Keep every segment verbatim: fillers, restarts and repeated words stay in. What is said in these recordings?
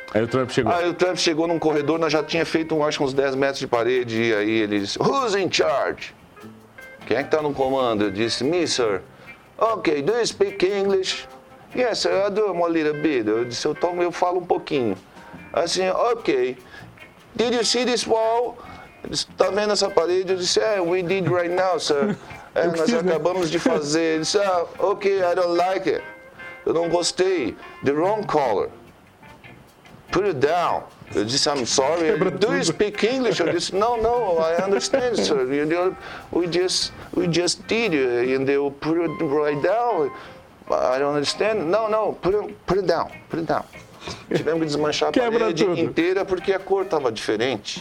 Aí o Trump chegou. Aí o Trump chegou num corredor, nós já tinha feito, acho que uns dez metros de parede, e aí ele disse, who's in charge? Quem é que tá no comando? Eu disse, me, sir. Ok, do you speak English? Yes, sir, I do a little bit. Eu disse, eu, tomo, eu falo um pouquinho. Assim, ok. Did you see this wall? Ele disse, tá vendo essa parede? Eu disse, yeah, we did right now, sir. É, nós acabamos de fazer. Ele disse, ah, ok, I don't like it. Eu não gostei. The wrong color. Put it down. Eu disse, I'm sorry. Do you speak English? Eu disse, no, no, I understand, sir. We just, we just did it, and they will put it right down. I don't understand. No, no, put it, put it down, put it down. Tivemos que desmanchar a Quebra parede tudo. inteira porque a cor estava diferente.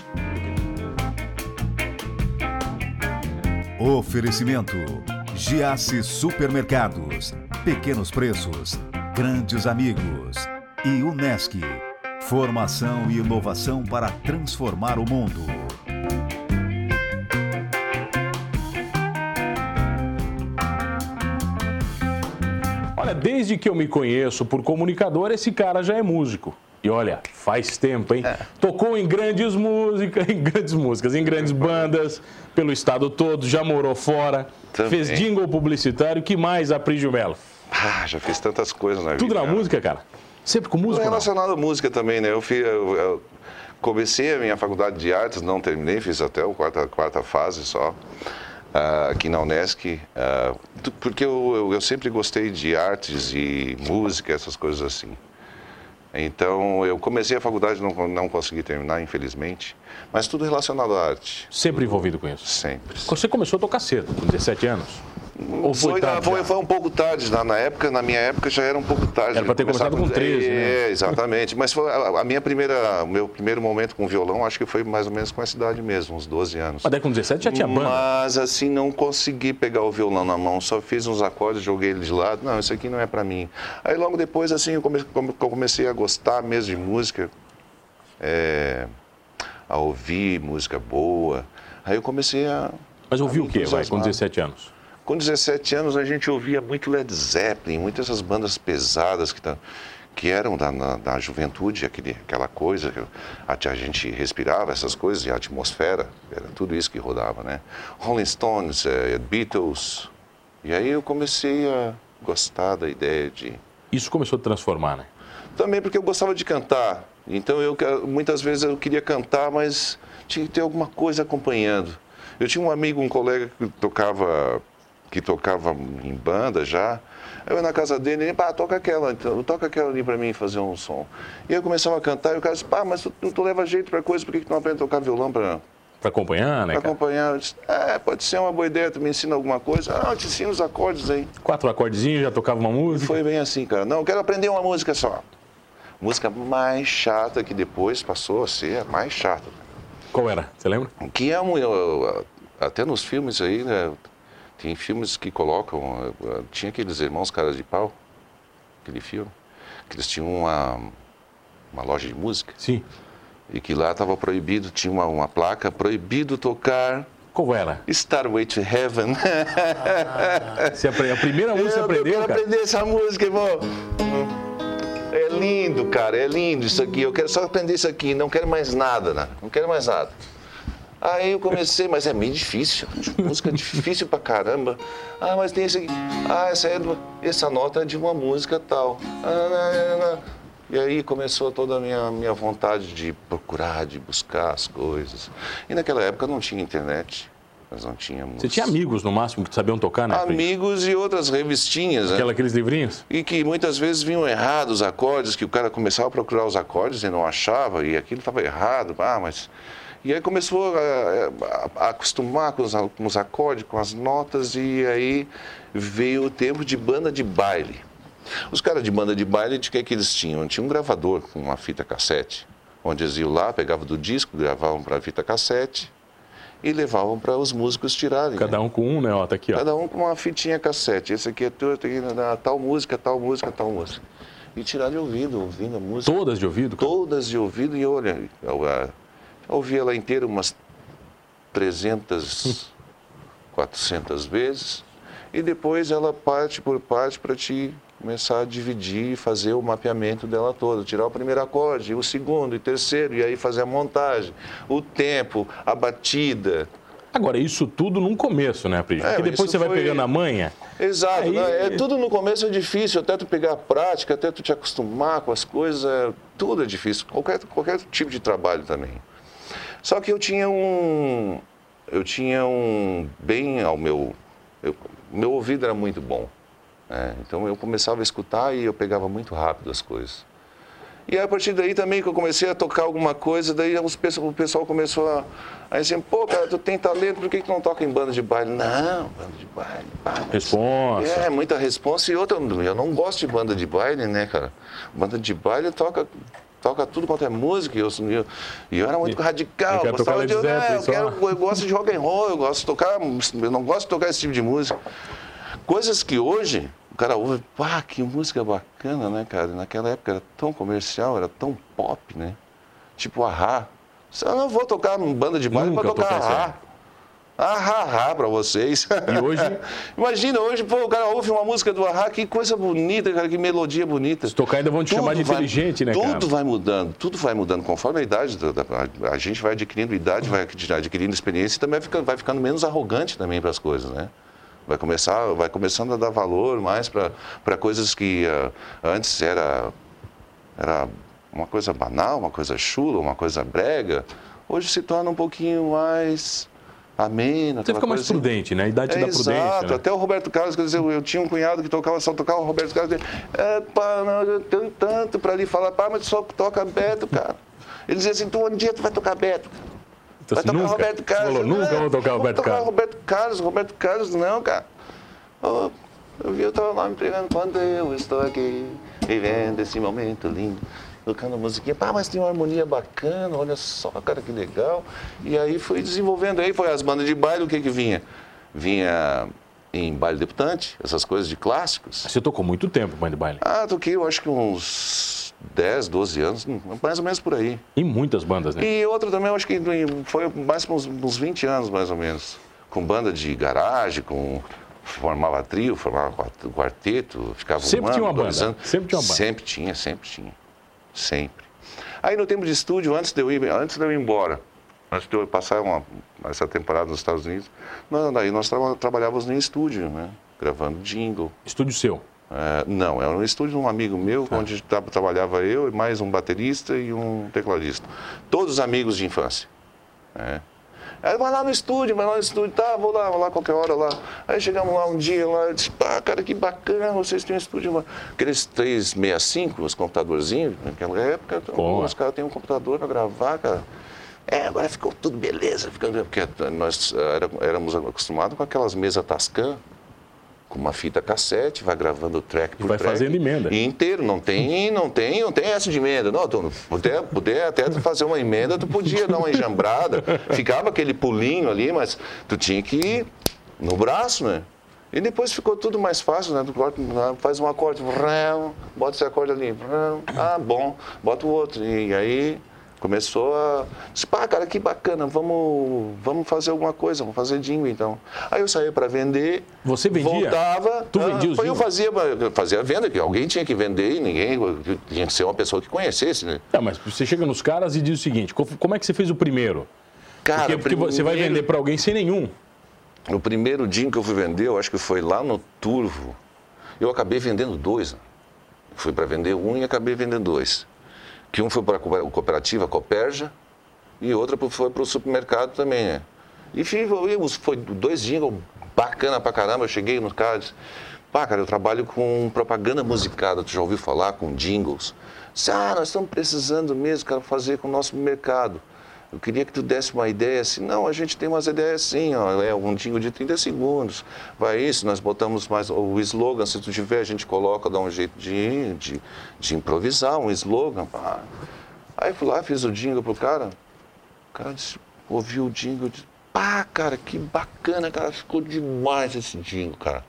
Oferecimento: Giasse Supermercados, pequenos preços, grandes amigos e Unesc. Formação e inovação para transformar o mundo. Olha, desde que eu me conheço por comunicador, esse cara já é músico. E olha, faz tempo, hein? É. Tocou em grandes músicas, em grandes músicas, em grandes bandas, pelo estado todo, já morou fora, também. Fez jingle publicitário. Que mais, Aprígio Melo? Ah, já fiz tantas coisas na vida. Tudo na cara. Música, cara? Sempre com música? Não, relacionado à música também, né? Eu, fiz, eu, eu comecei a minha faculdade de artes, não terminei, fiz até a quarta, quarta fase só, uh, aqui na Unesc, uh, porque eu, eu, eu sempre gostei de artes e música, essas coisas assim. Então, eu comecei a faculdade, não, não consegui terminar, infelizmente, mas tudo relacionado à arte. Sempre envolvido com isso? Sempre. Você começou a tocar cedo, com dezessete anos? Ou foi, foi, tarde foi, foi um pouco tarde, na, na época, na minha época já era um pouco tarde. Era para ter começado com treze, é, né? É, exatamente. Mas foi a, a minha primeira, o meu primeiro momento com violão, acho que foi mais ou menos com essa idade mesmo, uns doze anos. Mas daí com dezessete já tinha banda? Mas assim, não consegui pegar o violão na mão, só fiz uns acordes, joguei ele de lado. Não, isso aqui não é para mim. Aí logo depois, assim, eu comecei, eu comecei a gostar mesmo de música, é, a ouvir música boa. Aí eu comecei a... Mas ouviu o quê, vai, com dezessete anos? Com dezessete anos a gente ouvia muito Led Zeppelin, muitas essas bandas pesadas que, que eram da, na, da juventude, aquele, aquela coisa que a, a gente respirava, essas coisas, e a atmosfera, era tudo isso que rodava, né? Rolling Stones, é, Beatles, e aí eu comecei a gostar da ideia de... Isso começou a transformar, né? Também porque eu gostava de cantar, então eu, muitas vezes eu queria cantar, mas tinha que ter alguma coisa acompanhando. Eu tinha um amigo, um colega que tocava... que tocava em banda já, eu ia na casa dele e ele, pá, toca aquela, então, toca aquela ali pra mim fazer um som. E eu começava a cantar e o cara disse, pá, mas tu, tu leva jeito pra coisa, por que tu não aprende a tocar violão pra... Pra acompanhar, né, Pra cara? acompanhar. Eu disse, é, pode ser uma boa ideia, tu me ensina alguma coisa? Ah, eu te ensino os acordes aí. Quatro acordezinhos, já tocava uma música? E foi bem assim, cara. Não, eu quero aprender uma música só. Música mais chata que depois passou a ser a mais chata. Qual era? Você lembra? Que é um... Até nos filmes aí, né? Tem filmes que colocam, tinha aqueles Irmãos Caras de Pau, aquele filme, que eles tinham uma, uma loja de música. Sim. E que lá estava proibido, tinha uma, uma placa, proibido tocar... Qual era? Starway to Heaven. Ah, você aprendeu, a primeira música você aprendeu, Eu quero cara? aprender essa música, irmão. É lindo, cara, é lindo isso aqui. Eu quero só aprender isso aqui, não quero mais nada, né? Não quero mais nada. Aí eu comecei, mas é meio difícil, música difícil pra caramba. Ah, mas tem esse aqui. Ah, essa, é do, essa nota é de uma música tal. Ah, e aí começou toda a minha, minha vontade de procurar, de buscar as coisas. E naquela época não tinha internet, nós não tínhamos... Você tinha amigos, no máximo, que sabiam tocar, né? Amigos e outras revistinhas, Aquela, né? Aqueles livrinhos? E que muitas vezes vinham errados os acordes, que o cara começava a procurar os acordes e não achava, e aquilo estava errado. Ah, mas... E aí começou a, a, a acostumar com os, com os acordes, com as notas, e aí veio o tempo de banda de baile. Os caras de banda de baile, de que é que eles tinham? Tinha um gravador com uma fita cassete, onde eles iam lá, pegavam do disco, gravavam para a fita cassete e levavam para os músicos tirarem. Cada um com um, né? Ó, tá aqui, ó. Cada um com uma fitinha cassete. Esse aqui é tudo, tal música, tal música, tal música. E tirar de ouvido, ouvindo a música. Todas de ouvido? Cara? Todas de ouvido, e olha... Eu, eu, ouvi ela inteira umas trezentas, quatrocentas vezes, e depois ela parte por parte para te começar a dividir e fazer o mapeamento dela toda, tirar o primeiro acorde, o segundo e terceiro, e aí fazer a montagem, o tempo, a batida. Agora, isso tudo num começo, né, Prígio? É, Porque depois você foi... vai pegando a manha. Exato, aí... né? É, tudo no começo é difícil, até tu pegar a prática, até tu te acostumar com as coisas, é... tudo é difícil, qualquer, qualquer tipo de trabalho também. Só que eu tinha um, eu tinha um, bem ao meu, eu, meu ouvido era muito bom, né? Então eu começava a escutar e eu pegava muito rápido as coisas. E aí, a partir daí também que eu comecei a tocar alguma coisa, daí os, o pessoal começou a, a dizer, pô, cara, tu tem talento, por que tu não toca em banda de baile? Não, banda de baile. Pá, responsa. É, muita responsa. E outra, eu não gosto de banda de baile, né, cara? Banda de baile toca, toca tudo quanto é música. E eu, eu, eu era muito e, radical. Eu, gostava de, eu, Zeppelin, eu, quero, eu gosto de rock and roll, eu gosto de tocar, eu não gosto de tocar esse tipo de música. Coisas que hoje... O cara ouve, pá, que música bacana, né, cara? Naquela época era tão comercial, era tão pop, né? Tipo A-ha. Eu não vou tocar banda de baile para tocar A-ha. A-ha-ha pra vocês. E hoje? Imagina, hoje, pô, o cara ouve uma música do A-ha, que coisa bonita, cara, que melodia bonita. Se tocar ainda vão te tudo chamar de vai, inteligente, né, tudo cara? Tudo vai mudando, tudo vai mudando. Conforme a idade, da, da, a gente vai adquirindo idade, vai adquirindo experiência e também vai ficando, vai ficando menos arrogante também para as coisas, né? Vai, começar, vai começando a dar valor mais para coisas que uh, antes era, era uma coisa banal, uma coisa chula, uma coisa brega. Hoje se torna um pouquinho mais amena. Você fica mais coisa prudente, né? A idade é, da prudência. Exato. Né? Até o Roberto Carlos, quer dizer, eu tinha um cunhado que tocava, só tocava o Roberto Carlos. É, pá, não, eu tenho tanto para ali falar, pá, mas só toca Beto, cara. Ele dizia assim, tu, um dia tu vai tocar Beto. Então, vai assim, tocar nunca, Roberto Carlos. Falou, nunca não, vou tocar Roberto tocar Carlos. Roberto Carlos, Roberto Carlos, não, cara. Oh, eu vi, eu estava lá me pregando quando eu estou aqui, vivendo esse momento lindo, tocando musiquinha. Pá, mas tem uma harmonia bacana, olha só, cara, que legal. E aí fui desenvolvendo, aí foi as bandas de baile, o que que vinha? Vinha em baile debutante, essas coisas de clássicos. Você tocou muito tempo em baile de baile? Ah, toquei, eu acho que uns dez, doze anos, mais ou menos por aí. Em muitas bandas, né? E outra também, eu acho que foi mais uns, uns vinte anos, mais ou menos. Com banda de garagem, com... formava trio, formava quarteto, ficava sempre um ano, tinha uma banda. Anos. Sempre tinha uma banda. Sempre tinha, sempre tinha. Sempre. Aí no tempo de estúdio, antes de eu ir, antes de eu ir embora, antes de eu passar uma, essa temporada nos Estados Unidos, nós, daí nós tra trabalhávamos em estúdio, né? Gravando jingle. Estúdio seu? É, não, era um estúdio de um amigo meu, ah. onde tra trabalhava eu e mais um baterista e um tecladista. Todos amigos de infância. Né? Aí vai lá no estúdio, vai lá no estúdio, tá, vou lá, vou lá qualquer hora lá. Aí chegamos lá um dia, lá, eu disse, pá, cara, que bacana, vocês têm um estúdio lá. Aqueles trezentos e sessenta e cinco, os computadorzinhos, naquela época, então, os caras têm um computador para gravar, cara. É, agora ficou tudo beleza, ficando, porque nós éramos acostumados com aquelas mesas Tascam, com uma fita cassete, vai gravando track por e vai track. fazendo emenda. E inteiro, não tem, não tem, não tem essa de emenda. Não, tu puder, puder até tu fazer uma emenda, tu podia dar uma enjambrada. Ficava aquele pulinho ali, mas tu tinha que ir no braço, né? E depois ficou tudo mais fácil, né? Tu faz um acorde, bota esse acorde ali, ah, bom, bota o outro. E aí começou a... Disse, pá, cara, que bacana, vamos, vamos fazer alguma coisa, vamos fazer jingle, então. Aí eu saía para vender. Você vendia? Voltava. Tu vendia os Eu fazia, fazia a venda, que alguém tinha que vender e ninguém... Tinha que ser uma pessoa que conhecesse, né? Não, mas você chega nos caras e diz o seguinte, como é que você fez o primeiro? Cara, porque, porque primeiro... você vai vender para alguém sem nenhum. O primeiro jingle que eu fui vender, eu acho que foi lá no Turvo. Eu acabei vendendo dois. Né? Fui para vender um e acabei vendendo dois. Que um foi para a cooperativa Coperja e outra foi para o supermercado também, né? E foi dois jingles bacana pra caramba. Eu cheguei no cara e disse, pá, cara, eu trabalho com propaganda musicada, tu já ouviu falar com jingles? Disse, ah, nós estamos precisando mesmo, cara, fazer com o nosso mercado. Eu queria que tu desse uma ideia assim, não, a gente tem umas ideias assim, ó, é um jingle de trinta segundos, vai isso, nós botamos mais o slogan, se tu tiver, a gente coloca, dá um jeito de, de, de improvisar um slogan. Pá. Aí fui lá, fiz o jingle pro cara, o cara disse, ouviu o jingle, disse, pá, cara, que bacana, cara, ficou demais esse jingle, cara.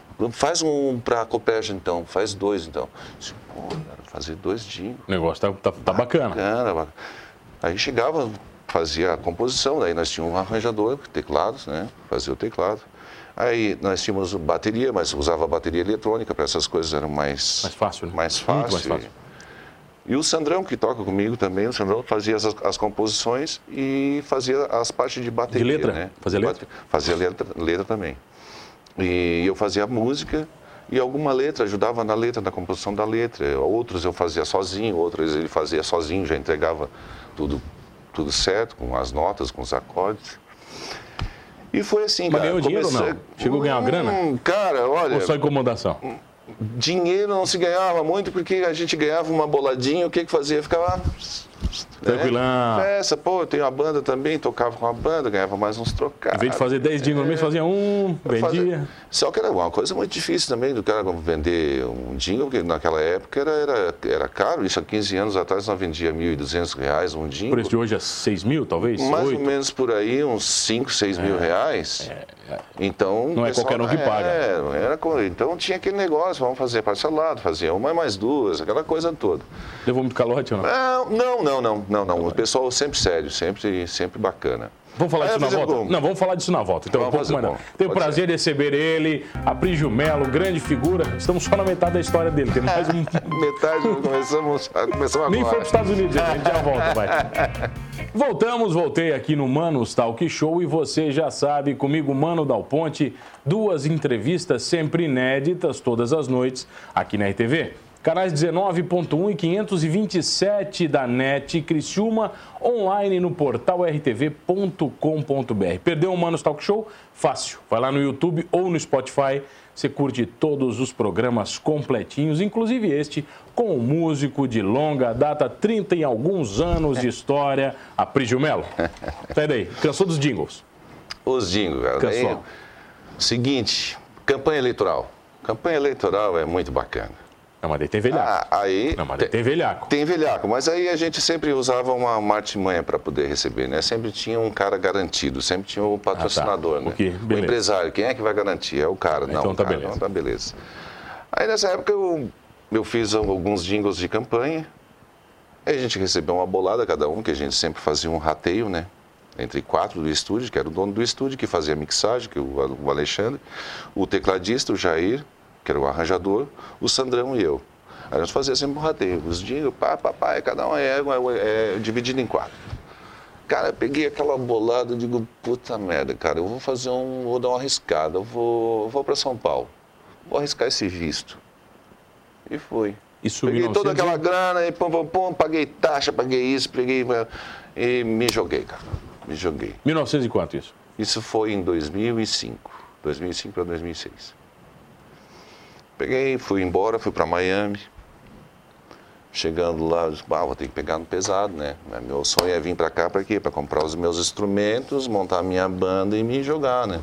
Faz um pra Coperja então, faz dois então. Disse, pô, cara, fazer dois jingles. O negócio tá, tá, tá bacana. Bacana, bacana. Aí chegava, fazia a composição, daí nós tínhamos um arranjador, teclados, né? Fazia o teclado. Aí nós tínhamos bateria, mas usava bateria eletrônica, para essas coisas eram mais... Mais fácil, né? Mais fácil. Muito mais fácil. E o Sandrão, que toca comigo também, o Sandrão fazia as, as composições e fazia as partes de bateria. De letra? Né? Fazia letra? Fazia letra, letra também. E eu fazia a música e alguma letra, ajudava na letra, na composição da letra. Outros eu fazia sozinho, outros ele fazia sozinho, já entregava tudo, tudo certo, com as notas, com os acordes. E foi assim, Mas cara. ganhou dinheiro comecei... ou não? Chegou a ganhar uma grana? Hum, cara, olha... Ou só incomodação? Dinheiro não se ganhava muito porque a gente ganhava uma boladinha, o que que fazia? Ficava... Tranquilão. Né? Festa, pô, eu tenho uma banda também, tocava com a banda, ganhava mais uns trocados. Em vez de fazer dez dias no mês, fazia um, vendia. Fazia... Só que era uma coisa muito difícil também do cara vender um jingle, porque naquela época era, era, era caro, isso há quinze anos atrás nós vendia mil e duzentos reais um jingle. O preço de hoje é seis mil, talvez? Mais oito? ou menos por aí, uns cinco, seis mil reais. É, é. Então, Não é pessoal, qualquer um que paga. É, era, então tinha aquele negócio, vamos fazer parcelado, fazia uma mais duas, aquela coisa toda. Levou muito calote ou não? Não, não, não, não, não. O pessoal sempre sério, sempre, sempre bacana. Vamos falar Aí disso na volta? bom. Não, vamos falar disso na volta. Então, um pouco mais não. Tenho o Pode prazer ser. de receber ele, Aprígio Melo, grande figura. Estamos só na metade da história dele. Tem mais um. Metade, começamos, começamos agora. Nem foi para os Estados Unidos, a gente já volta, vai. Voltamos, voltei aqui no Manos Talk Show e você já sabe, comigo, Mano Dal Ponte, duas entrevistas sempre inéditas, todas as noites, aqui na R T V. Canais dezenove ponto um e quinhentos e vinte e sete da NET Criciúma, online no portal r t v ponto com ponto b r. Perdeu o Manos Talk Show? Fácil. Vai lá no YouTube ou no Spotify, você curte todos os programas completinhos, inclusive este com um músico de longa data, trinta e alguns anos de história, Aprígio Melo. Sai daí, cansou dos jingles? Os jingles, cara. Cansou. Daí, seguinte, campanha eleitoral. Campanha eleitoral é muito bacana. Não, mas daí tem velhaco. Ah, aí, Não, mas daí tem velhaco. Tem velhaco, mas aí a gente sempre usava uma, uma artimanha para poder receber, né? Sempre tinha um cara garantido, sempre tinha o patrocinador, Ah, tá. né? O quê? O Beleza. empresário, quem é que vai garantir? É o cara, não. Então o tá cara, beleza. Então tá beleza. Aí nessa época eu, eu fiz alguns jingles de campanha, aí a gente recebeu uma bolada cada um, que a gente sempre fazia um rateio, né? Entre quatro do estúdio, que era o dono do estúdio, que fazia a mixagem, que o, o Alexandre, o tecladista, o Jair, que era o arranjador, o Sandrão e eu. Aí nós fazíamos sempre um rateio, os jingles, pá, pá, pá, cada um é, é, é dividido em quatro. Cara, eu peguei aquela bolada e digo, puta merda, cara, eu vou fazer um, vou dar uma arriscada, eu vou, eu vou para São Paulo, vou arriscar esse visto. E fui. Isso Peguei mil e novecentos toda aquela grana e pum, pum, pum, paguei taxa, paguei isso, peguei e me joguei, cara, me joguei. mil e novecentos e quanto isso? Isso foi em dois mil e cinco, dois mil e cinco para dois mil e seis. Peguei, fui embora, fui para Miami. Chegando lá, eu disse, ah, vou ter que pegar no pesado, né? Meu sonho é vir para cá para quê? Para comprar os meus instrumentos, montar a minha banda e me jogar, né?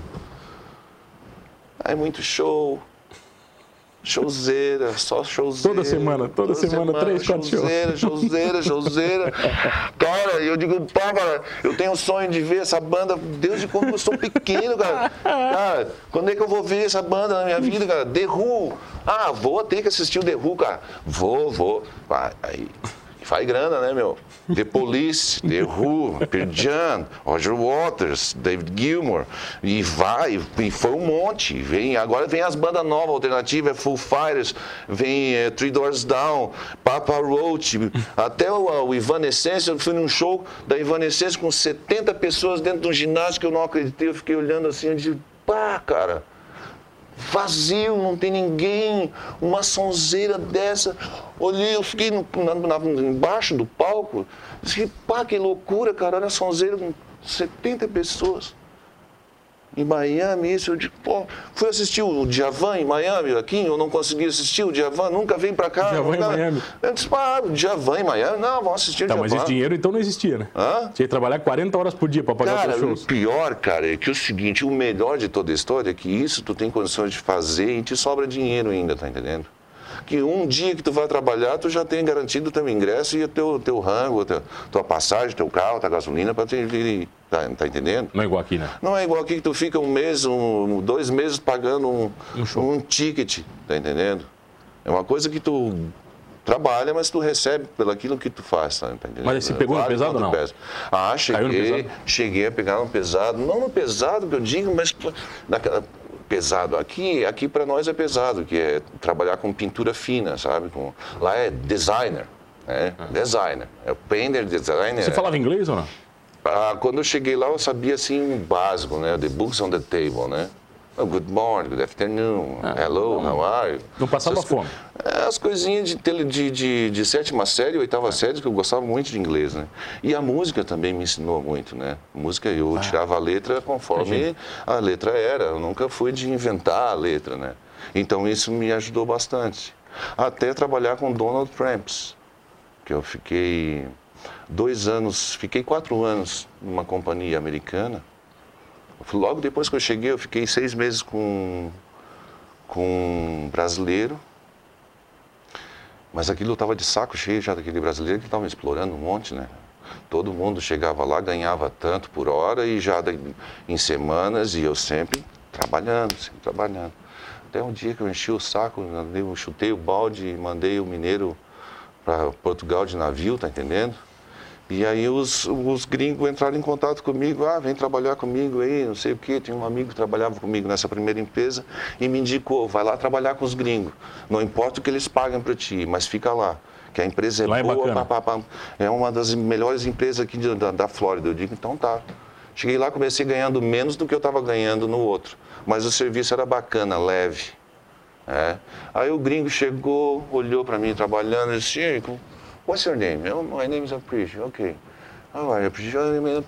Aí muito show, showzeira, só showzeira. Toda semana, toda, toda semana, semana, três, quatro shows. Showzeira, showzeira, showzeira. Cara, eu digo, pá, cara, eu tenho o sonho de ver essa banda, Deus de como eu sou pequeno, cara. Cara, quando é que eu vou ver essa banda na minha vida, cara? The Who. Ah, vou ter que assistir o The Who, cara. Vou, vou. Vai, aí, faz grana, né, meu? The Police, The Who, Pearl Jam, Roger Waters, David Gilmour, e vai, e foi um monte. Vem, agora vem as bandas novas, alternativas, é Foo Fighters, vem é, Three Doors Down, Papa Roach, até o, o Evanescence, eu fui num show da Evanescence com setenta pessoas dentro de um ginásio que eu não acreditei, eu fiquei olhando assim, eu disse, pá, cara, vazio, não tem ninguém, uma sonzeira dessa. Olhei, eu fiquei no, na, na, embaixo do palco, disse, pá, que loucura, cara, olha a sonzeira com setenta pessoas. Em Miami, isso, eu digo, pô, fui assistir o Djavan em Miami, aqui, eu não consegui assistir o Djavan, nunca vem pra cá. Djavan nunca... em Miami. Eu disse, pá, o Djavan em Miami, não, vamos assistir o Tá, Djavan. mas esse dinheiro então não existia, né? Hã? Tinha que trabalhar quarenta horas por dia pra pagar Cara, os seus shows. o pior, cara, é que o seguinte, o melhor de toda a história é que isso tu tem condições de fazer e te sobra dinheiro ainda, tá entendendo? Que um dia que tu vai trabalhar, tu já tem garantido o teu ingresso e o teu, teu rango, teu, tua passagem, teu carro, tua gasolina, para te vir, tá, tá entendendo? Não é igual aqui, né? Não é igual aqui que tu fica um mês, um, dois meses pagando um, Um um ticket, tá entendendo? É uma coisa que tu trabalha, mas tu recebe pelo aquilo que tu faz, tá entendendo? Mas aí você pegou no pesado ou não? Pesa. Ah, cheguei, Caiu no pesado? cheguei a pegar no pesado, não no pesado que eu digo, mas naquela... pesado. Aqui, aqui para nós é pesado, que é trabalhar com pintura fina, sabe? Com, lá é designer, né? Ah. Designer. É o painter, designer. Você falava inglês ou não? Ah, quando eu cheguei lá, eu sabia, assim, o básico, né? The books on the table, né? Oh, good morning, good afternoon, ah, hello, não, how are you? Não passava as, fome. As coisinhas de, tele, de, de, de sétima série, oitava ah. série, que eu gostava muito de inglês, né? E a música também me ensinou muito, né? Música, eu ah. tirava a letra conforme Entendi. a letra era. Eu nunca fui de inventar a letra, né? Então isso me ajudou bastante. Até trabalhar com Donald Tramps, que eu fiquei dois anos, fiquei quatro anos numa companhia americana. Logo depois que eu cheguei, eu fiquei seis meses com, com um brasileiro. Mas aquilo eu estava de saco cheio já daquele brasileiro que estava me explorando um monte, né? Todo mundo chegava lá, ganhava tanto por hora e já em semanas, e eu sempre trabalhando, sempre trabalhando. Até um dia que eu enchi o saco, eu chutei o balde e mandei o mineiro para Portugal de navio, tá entendendo? E aí os, os gringos entraram em contato comigo, ah, vem trabalhar comigo aí, não sei o quê. Tem um amigo que trabalhava comigo nessa primeira empresa e me indicou, vai lá trabalhar com os gringos. Não importa o que eles pagam para ti, mas fica lá, que a empresa é lá boa, é, pá, pá, pá. É uma das melhores empresas aqui de, da, da Flórida. Eu digo, então tá. Cheguei lá, comecei ganhando menos do que eu estava ganhando no outro, mas o serviço era bacana, leve. É. Aí o gringo chegou, olhou para mim trabalhando e disse, what's your name? Oh, my name is Aprício. Ok. Oh, Aprício.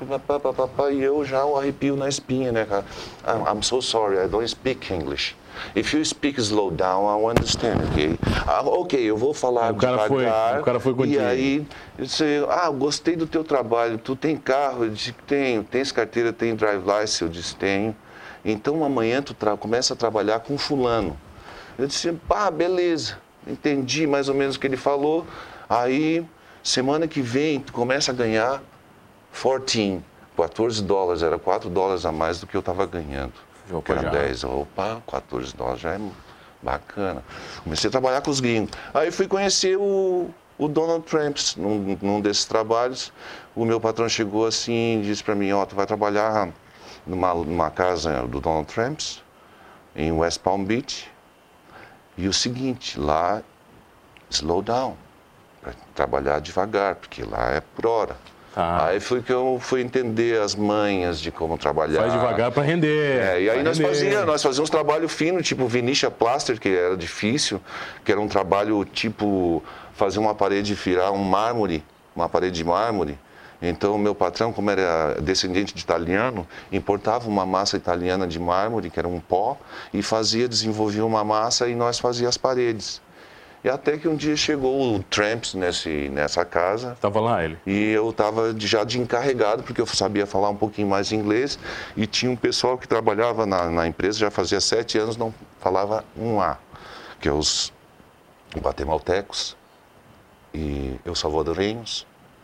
E eu já o arrepio na espinha, né, cara? I'm so sorry, I don't speak English. If you speak slow down, I understand, ok? Ah, ok, eu vou falar o cara devagar. Foi, o cara foi contigo. E aí, eu disse, ah, gostei do teu trabalho. Tu tem carro? Eu disse, tenho. Tens carteira? Tem drive license? Eu disse, tenho. Então, amanhã tu começa a trabalhar com fulano. Eu disse, pá, beleza. Entendi mais ou menos o que ele falou. Aí, semana que vem, tu começa a ganhar quatorze, quatorze dólares, era quatro dólares a mais do que eu estava ganhando. Que era dez. Opa, quatorze dólares já é bacana. Comecei a trabalhar com os gringos. Aí fui conhecer o, o Donald Tramps num, num desses trabalhos. O meu patrão chegou assim e disse para mim, ó, oh, tu vai trabalhar numa, numa casa do Donald Tramps, em West Palm Beach. E o seguinte, lá, slow down. Trabalhar devagar, porque lá é por hora. Ah. Aí foi que eu fui entender as manhas de como trabalhar. Faz devagar para render. É, e aí nós render. fazíamos, nós fazíamos trabalho fino, tipo Venetia Plaster, que era difícil, que era um trabalho tipo fazer uma parede virar um mármore, uma parede de mármore. Então o meu patrão, como era descendente de italiano, importava uma massa italiana de mármore, que era um pó, e fazia, desenvolvia uma massa e nós fazíamos as paredes. E até que um dia chegou o Tramps nesse, nessa casa. Estava lá ele? E eu estava já de encarregado, porque eu sabia falar um pouquinho mais de inglês. E tinha um pessoal que trabalhava na, na empresa, já fazia sete anos, não falava um A. Que é os guatemaltecos, e os salvadorenhos,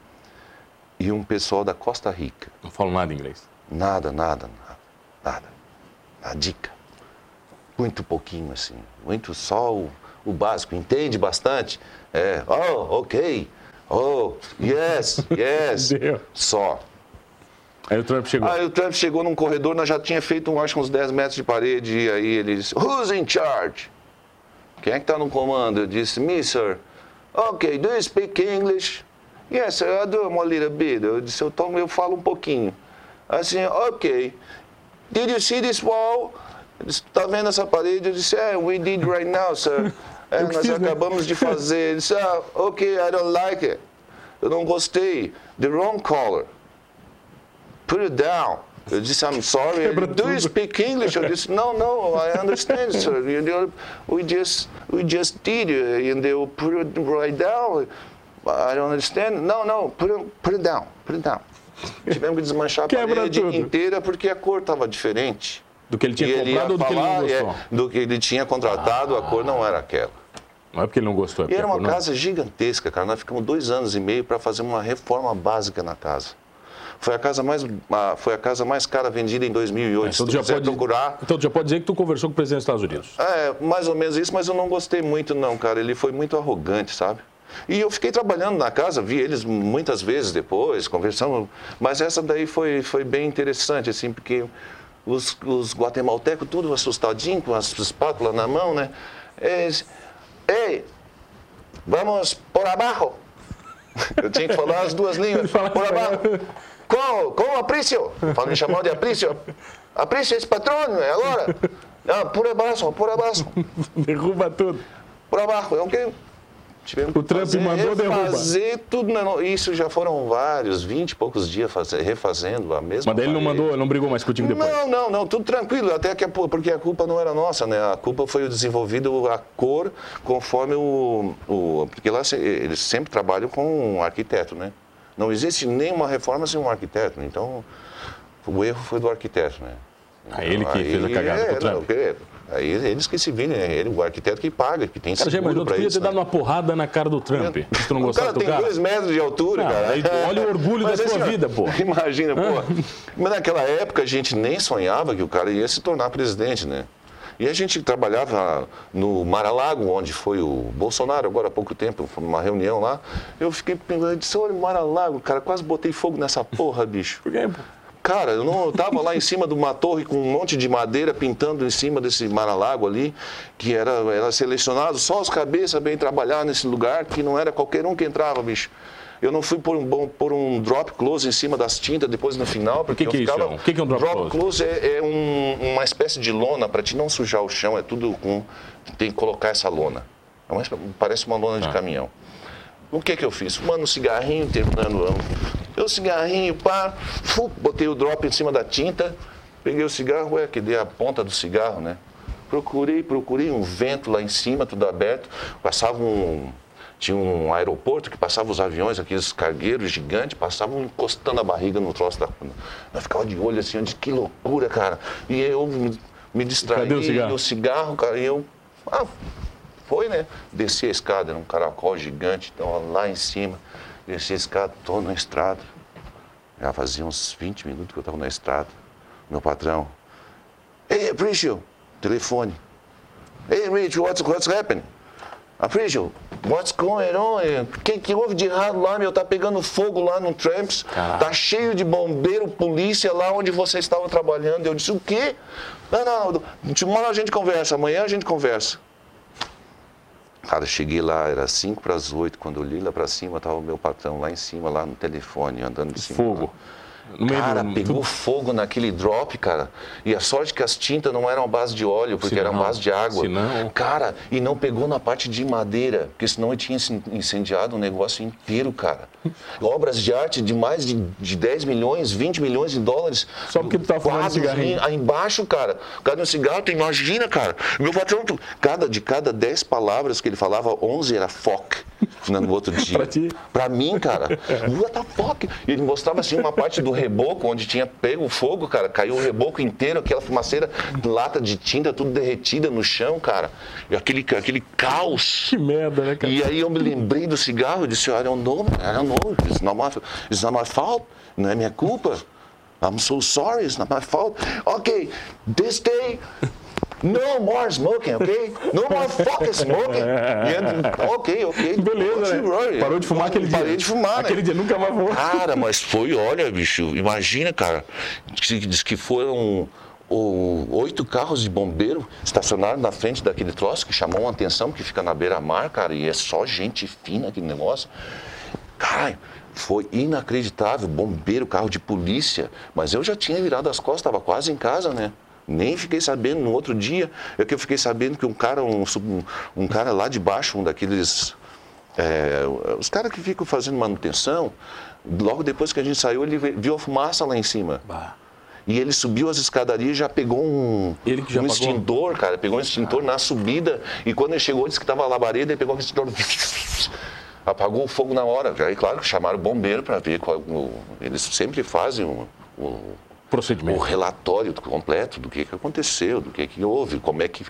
e um pessoal da Costa Rica. Não falam nada inglês? Nada, nada, nada. Nada. A dica. Muito pouquinho, assim. Muito só o... O básico, entende bastante? É, oh, ok, oh, yes, yes, só. Aí o Trump chegou. Aí o Trump chegou num corredor, nós já tinha feito, acho que uns dez metros de parede, e aí ele disse, who's in charge? Quem é que está no comando? Eu disse, me, sir. Ok, do you speak English? Yes, sir, I do a little bit. Eu disse, eu, tomo, eu falo um pouquinho. Assim, ok. Did you see this wall? Ele disse, tá vendo essa parede? Eu disse, é, we did right now, sir. É, nós fiz, acabamos né? de fazer. Ele disse, ah, ok, I don't like it. Eu não gostei. The wrong color. Put it down. Eu disse, I'm sorry. Ele, do you speak English? Eu disse, no, no, I understand, sir. We just, we just did it, and they will put it right down. I don't understand. No, no, put it, put it down, put it down. Tivemos que desmanchar a Quebra parede tudo. inteira porque a cor estava diferente. Do que ele tinha e comprado ou do falar, que ele não gostou? É, do que ele tinha contratado, ah, a cor não era aquela. Não é porque ele não gostou. É e era uma cor, casa não... gigantesca, cara. Nós ficamos dois anos e meio para fazer uma reforma básica na casa. Foi a casa mais, a, foi a casa mais cara vendida em dois mil e oito. É, então, tu já pode, procurar... então tu já pode dizer que tu conversou com o presidente dos Estados Unidos. É, mais ou menos isso, mas eu não gostei muito não, cara. Ele foi muito arrogante, sabe? E eu fiquei trabalhando na casa, vi eles muitas vezes depois, conversamos. Mas essa daí foi, foi bem interessante, assim, porque os, os guatemaltecos tudo assustadinhos, com as espátulas na mão, né? Eles, ei, vamos por abaixo. Eu tinha que falar as duas línguas. Por abaixo. Com, com Aprício. Fala, me chamou de Aprício. Aprício, esse patrão, é agora. Ah, por abaixo, por abaixo. Derruba tudo. Por abaixo, é o que tivemos o Trump fazer, mandou derrubar. Fazer tudo. Na, isso já foram vários, vinte e poucos dias fazer, refazendo a mesma Mas daí ele não mandou, não brigou mais contigo depois? Não, não, não, tudo tranquilo. Até que porque a culpa não era nossa, né? A culpa foi o desenvolvido, a cor, conforme o... o porque lá eles sempre trabalham com um arquiteto, né? Não existe nenhuma reforma sem um arquiteto. Então, o erro foi do arquiteto, né? Ah, ele que aí, fez a cagada é, com o Trump. Não, aí eles que se virem, né? Ele, o arquiteto que paga, que tem cara, já imaginou, tu podia ter né? dado uma porrada na cara do Trump. Se tu não o gostava cara do tem cara. dois metros de altura, não, cara. Aí, olha o orgulho Mas da sua assim, vida, pô. Imagina, pô. Mas naquela época a gente nem sonhava que o cara ia se tornar presidente, né? E a gente trabalhava no Mar-a-Lago, onde foi o Bolsonaro, agora há pouco tempo, numa reunião lá. Eu fiquei pensando, disse, olha, Mar-a-Lago, cara, quase botei fogo nessa porra, bicho. Por quê, pô? Cara, eu não eu tava lá em cima de uma torre com um monte de madeira pintando em cima desse Mar-a-Lago ali, que era, era selecionado só os cabeças bem trabalhar nesse lugar, que não era qualquer um que entrava, bicho. Eu não fui por um, bom, por um drop close em cima das tintas depois no final, porque que que eu ficava... É isso? O que, que é um drop, drop close? close é, é um, uma espécie de lona para te não sujar o chão, é tudo com... Tem que colocar essa lona. É uma, parece uma lona ah. de caminhão. O que que eu fiz? Fumando um cigarrinho, terminando o ano. Eu cigarrinho, pá, fu, botei o drop em cima da tinta, peguei o cigarro, ué, que dei a ponta do cigarro, né? Procurei, procurei um vento lá em cima, tudo aberto, passava um... Tinha um aeroporto que passava os aviões, aqueles cargueiros gigantes, passavam encostando a barriga no troço da... Eu ficava de olho assim, de que loucura, cara. E eu me, me distraí, cadê o cigarro? o cigarro, cara, e eu... Ah, foi, né? Desci a escada, era um caracol gigante, então lá em cima, desci a escada, tô na estrada. Já fazia uns vinte minutos que eu estava na estrada. Meu patrão, hey, Aprício, telefone. Hey, Rich, what's, what's happening? Aprício, what's going on? O que, que houve de errado lá, meu? Tá pegando fogo lá no Tramps, tá cheio de bombeiro, polícia lá onde você estava trabalhando. Eu disse, o quê? Não, não, tomorrow a gente conversa, amanhã a gente conversa. Cara, cheguei lá, era cinco para as oito, quando eu li lá para cima, estava o meu patrão lá em cima, lá no telefone, andando de cima. Fogo. No cara, meio do... pegou fogo naquele drop, cara. E a sorte que as tintas não eram à base de óleo, porque eram à base de água. Senão... Cara, e não pegou na parte de madeira, porque senão eu tinha incendiado o negócio inteiro, cara. Obras de arte de mais de, de dez milhões, vinte milhões de dólares. Só porque tu tava fumando cigarrinho. Aí embaixo, cara. Cada um cigarro, tu imagina, cara. Meu patrão, tu, cada, de cada dez palavras que ele falava, onze era fuck. No outro dia. Pra ti? Pra mim, cara. What the fuck? E ele mostrava assim uma parte do reboco, onde tinha pego o fogo, cara. Caiu o reboco inteiro, aquela fumaceira, lata de tinta, tudo derretida no chão, cara. E aquele, aquele caos. Que merda, né, cara? E aí eu me lembrei do cigarro e disse, I don't know, I don't know. It's not my, it's not my fault. Não é minha culpa. I'm so sorry, it's not my fault. Ok, this day... No more smoking, ok? No more fucking smoking. And, ok, ok. Beleza, né? Parou de fumar aquele dia. Parei de fumar, aquele né? dia nunca mais vou. Cara, mas foi, olha, bicho, imagina, cara. Diz que foram oito carros de bombeiro estacionados na frente daquele troço que chamou a atenção, que fica na beira-mar, cara, e é só gente fina aquele negócio. Cara, foi inacreditável, bombeiro, carro de polícia. Mas eu já tinha virado as costas, estava quase em casa, né? Nem fiquei sabendo no outro dia, é que eu fiquei sabendo que um cara, um, um cara lá de baixo, um daqueles, é, os caras que ficam fazendo manutenção, logo depois que a gente saiu, ele viu a fumaça lá em cima. Bah. E ele subiu as escadarias e já pegou um, ele que já um pagou? extintor, cara, pegou um extintor ah. na subida, e quando ele chegou, disse que estava a labareda, ele pegou o extintor, apagou o fogo na hora. Aí, claro, que chamaram o bombeiro para ver qual, o, eles sempre fazem o, o procedimento. O relatório completo do que, que aconteceu, do que, que houve, como é que...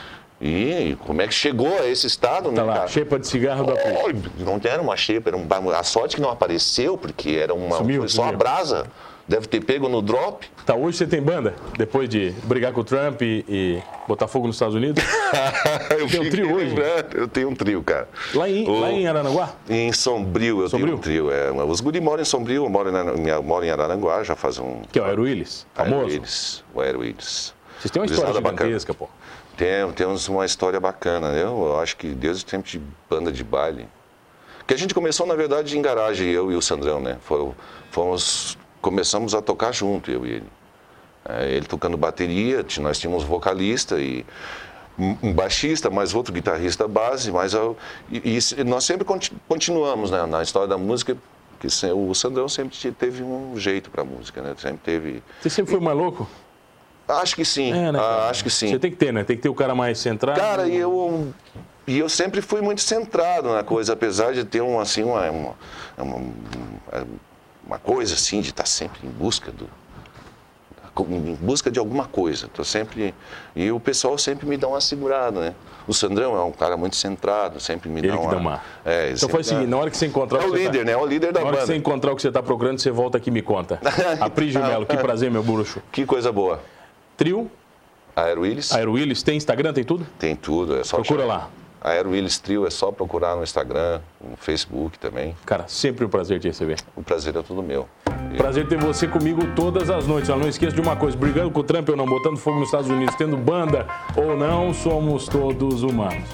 E como é que chegou a esse estado, tá né, lá, cara? Xepa de cigarro da oh, Não era uma xepa, era um... A sorte que não apareceu, porque era uma... Sumiu, foi só sumiu. a brasa. Deve ter pego no drop. Tá, hoje você tem banda? Depois de brigar com o Trump e, e botar fogo nos Estados Unidos? eu tem um trio hoje? Eu tenho um trio, cara. Lá em, o, lá em Araranguá? Em Sombrio eu Sombrio? tenho um trio. É, os guri moram em Sombrio, eu moro, na, eu moro em Araranguá já faz um... Que é o Aero Willis, famoso? Aero Willis, o Aero Willis. Vocês têm uma história gigantesca, pô. Tem, temos uma história bacana. Eu, eu acho que desde o tempo de banda de baile. Que a gente começou, na verdade, em garagem, eu e o Sandrão, né? Fomos... fomos começamos a tocar junto, eu e ele. É, ele tocando bateria, nós tínhamos um vocalista e um baixista, mais outro guitarrista base, mas eu, e, e nós sempre continuamos, né, na história da música, que o Sandrão sempre teve um jeito para música, né? Sempre teve. Você sempre foi mais louco? Acho que sim. É, né, ah, acho que sim. Você tem que ter, né? Tem que ter o cara mais centrado. Cara, e eu e eu sempre fui muito centrado na coisa, apesar de ter um assim uma, uma, uma uma coisa assim, de estar sempre em busca do... em busca de alguma coisa. Tô sempre... E o pessoal sempre me dá uma segurada, né? O Sandrão é um cara muito centrado, sempre me dá ele uma... que dá uma... É, então faz o seguinte, na hora que você encontrar... É o líder, tá... né? É o líder da banda. Na hora banda. que você encontrar o que você está procurando, você volta aqui e me conta. Aprígio Melo, que prazer, meu bruxo. Que coisa boa. Trio? Aero Willis. Aero Willis. Tem Instagram, tem tudo? Tem tudo, é só... Procura chamar. lá. Aero Willis Trio é só procurar no Instagram, no Facebook também. Cara, sempre um prazer te receber. O prazer é todo meu. Prazer ter você comigo todas as noites. Não esqueça de uma coisa, brigando com o Trump ou não, botando fogo nos Estados Unidos, tendo banda ou não, somos todos humanos.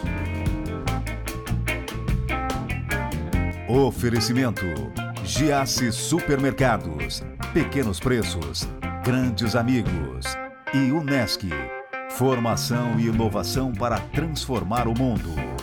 Oferecimento: Giasse Supermercados, pequenos preços, grandes amigos e Unesc. Formação e inovação para transformar o mundo.